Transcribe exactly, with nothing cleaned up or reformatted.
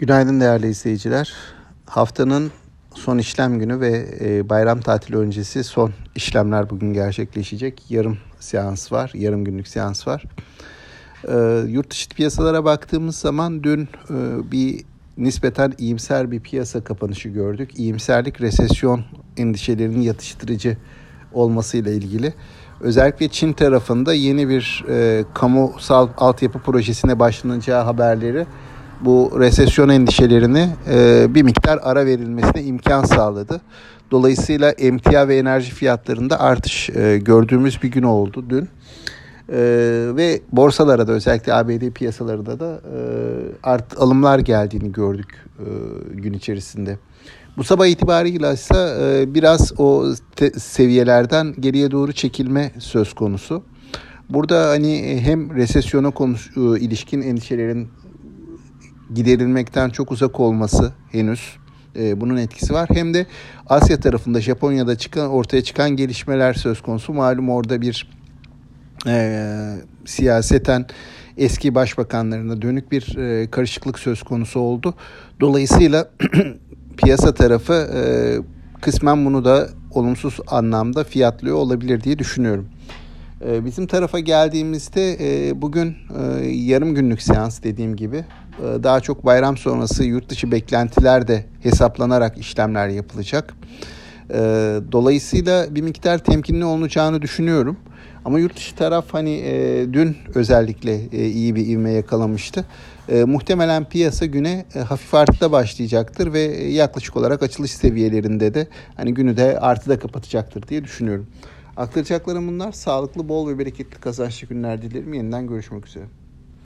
Günaydın değerli izleyiciler. Haftanın son işlem günü ve bayram tatili öncesi son işlemler bugün gerçekleşecek. Yarım seans var, yarım günlük seans var. Yurt dışı piyasalara baktığımız zaman dün bir nispeten iyimser bir piyasa kapanışı gördük. İyimserlik resesyon endişelerinin yatıştırıcı olmasıyla ilgili. Özellikle Çin tarafında yeni bir e, kamusal altyapı projesine başlanacağı haberleri bu resesyon endişelerini e, bir miktar ara verilmesine imkan sağladı. Dolayısıyla emtia ve enerji fiyatlarında artış e, gördüğümüz bir gün oldu dün. E, ve borsalara da özellikle A B D piyasalarında da e, art, alımlar geldiğini gördük e, gün içerisinde. Bu sabah itibarıyla ise e, biraz o te- seviyelerden geriye doğru çekilme söz konusu. Burada hani hem resesyona konuş, e, ilişkin endişelerin giderilmekten çok uzak olması henüz e, bunun etkisi var. Hem de Asya tarafında Japonya'da çıkan ortaya çıkan gelişmeler söz konusu. Malum orada bir e, siyaseten eski başbakanlarına dönük bir e, karışıklık söz konusu oldu. Dolayısıyla piyasa tarafı e, kısmen bunu da olumsuz anlamda fiyatlıyor olabilir diye düşünüyorum. E, bizim tarafa geldiğimizde e, bugün e, yarım günlük seans dediğim gibi e, daha çok bayram sonrası yurt dışı beklentiler de hesaplanarak işlemler yapılacak. E, dolayısıyla bir miktar temkinli olacağını düşünüyorum. Ama yurt dışı taraf hani e, dün özellikle e, iyi bir ivme yakalamıştı. E, muhtemelen piyasa güne e, hafif artıda başlayacaktır ve e, yaklaşık olarak açılış seviyelerinde de hani günü de artıda kapatacaktır diye düşünüyorum. Aktaracaklarım bunlar. Sağlıklı, bol ve bereketli kazançlı günler dilerim. Yeniden görüşmek üzere.